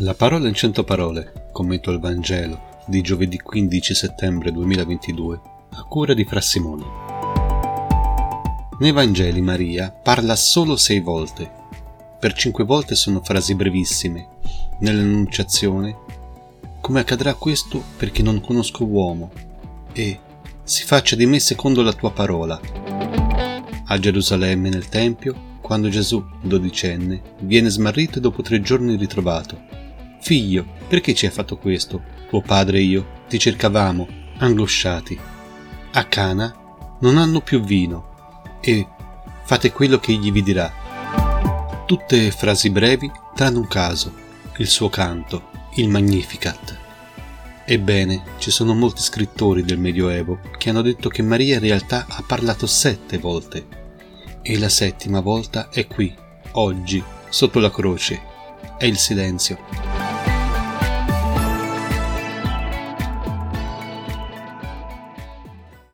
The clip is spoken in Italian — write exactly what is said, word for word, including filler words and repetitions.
La parola in cento parole, commento al Vangelo di giovedì quindici settembre duemilaventidue, a cura di Fra Simone. Nei Vangeli Maria parla solo sei volte. Per cinque volte sono frasi brevissime. Nell'Annunciazione: come accadrà questo perché non conosco uomo, e si faccia di me secondo la tua parola. A Gerusalemme nel Tempio, quando Gesù, dodicenne, viene smarrito e dopo tre giorni ritrovato. Figlio, perché ci hai fatto questo? Tuo padre e io ti cercavamo, angosciati. A Cana non hanno più vino, e fate quello che egli vi dirà. Tutte frasi brevi, tranne un caso, il suo canto, il Magnificat. Ebbene, ci sono molti scrittori del Medioevo che hanno detto che Maria in realtà ha parlato sette volte, e la settima volta è qui, oggi, sotto la croce. È il silenzio.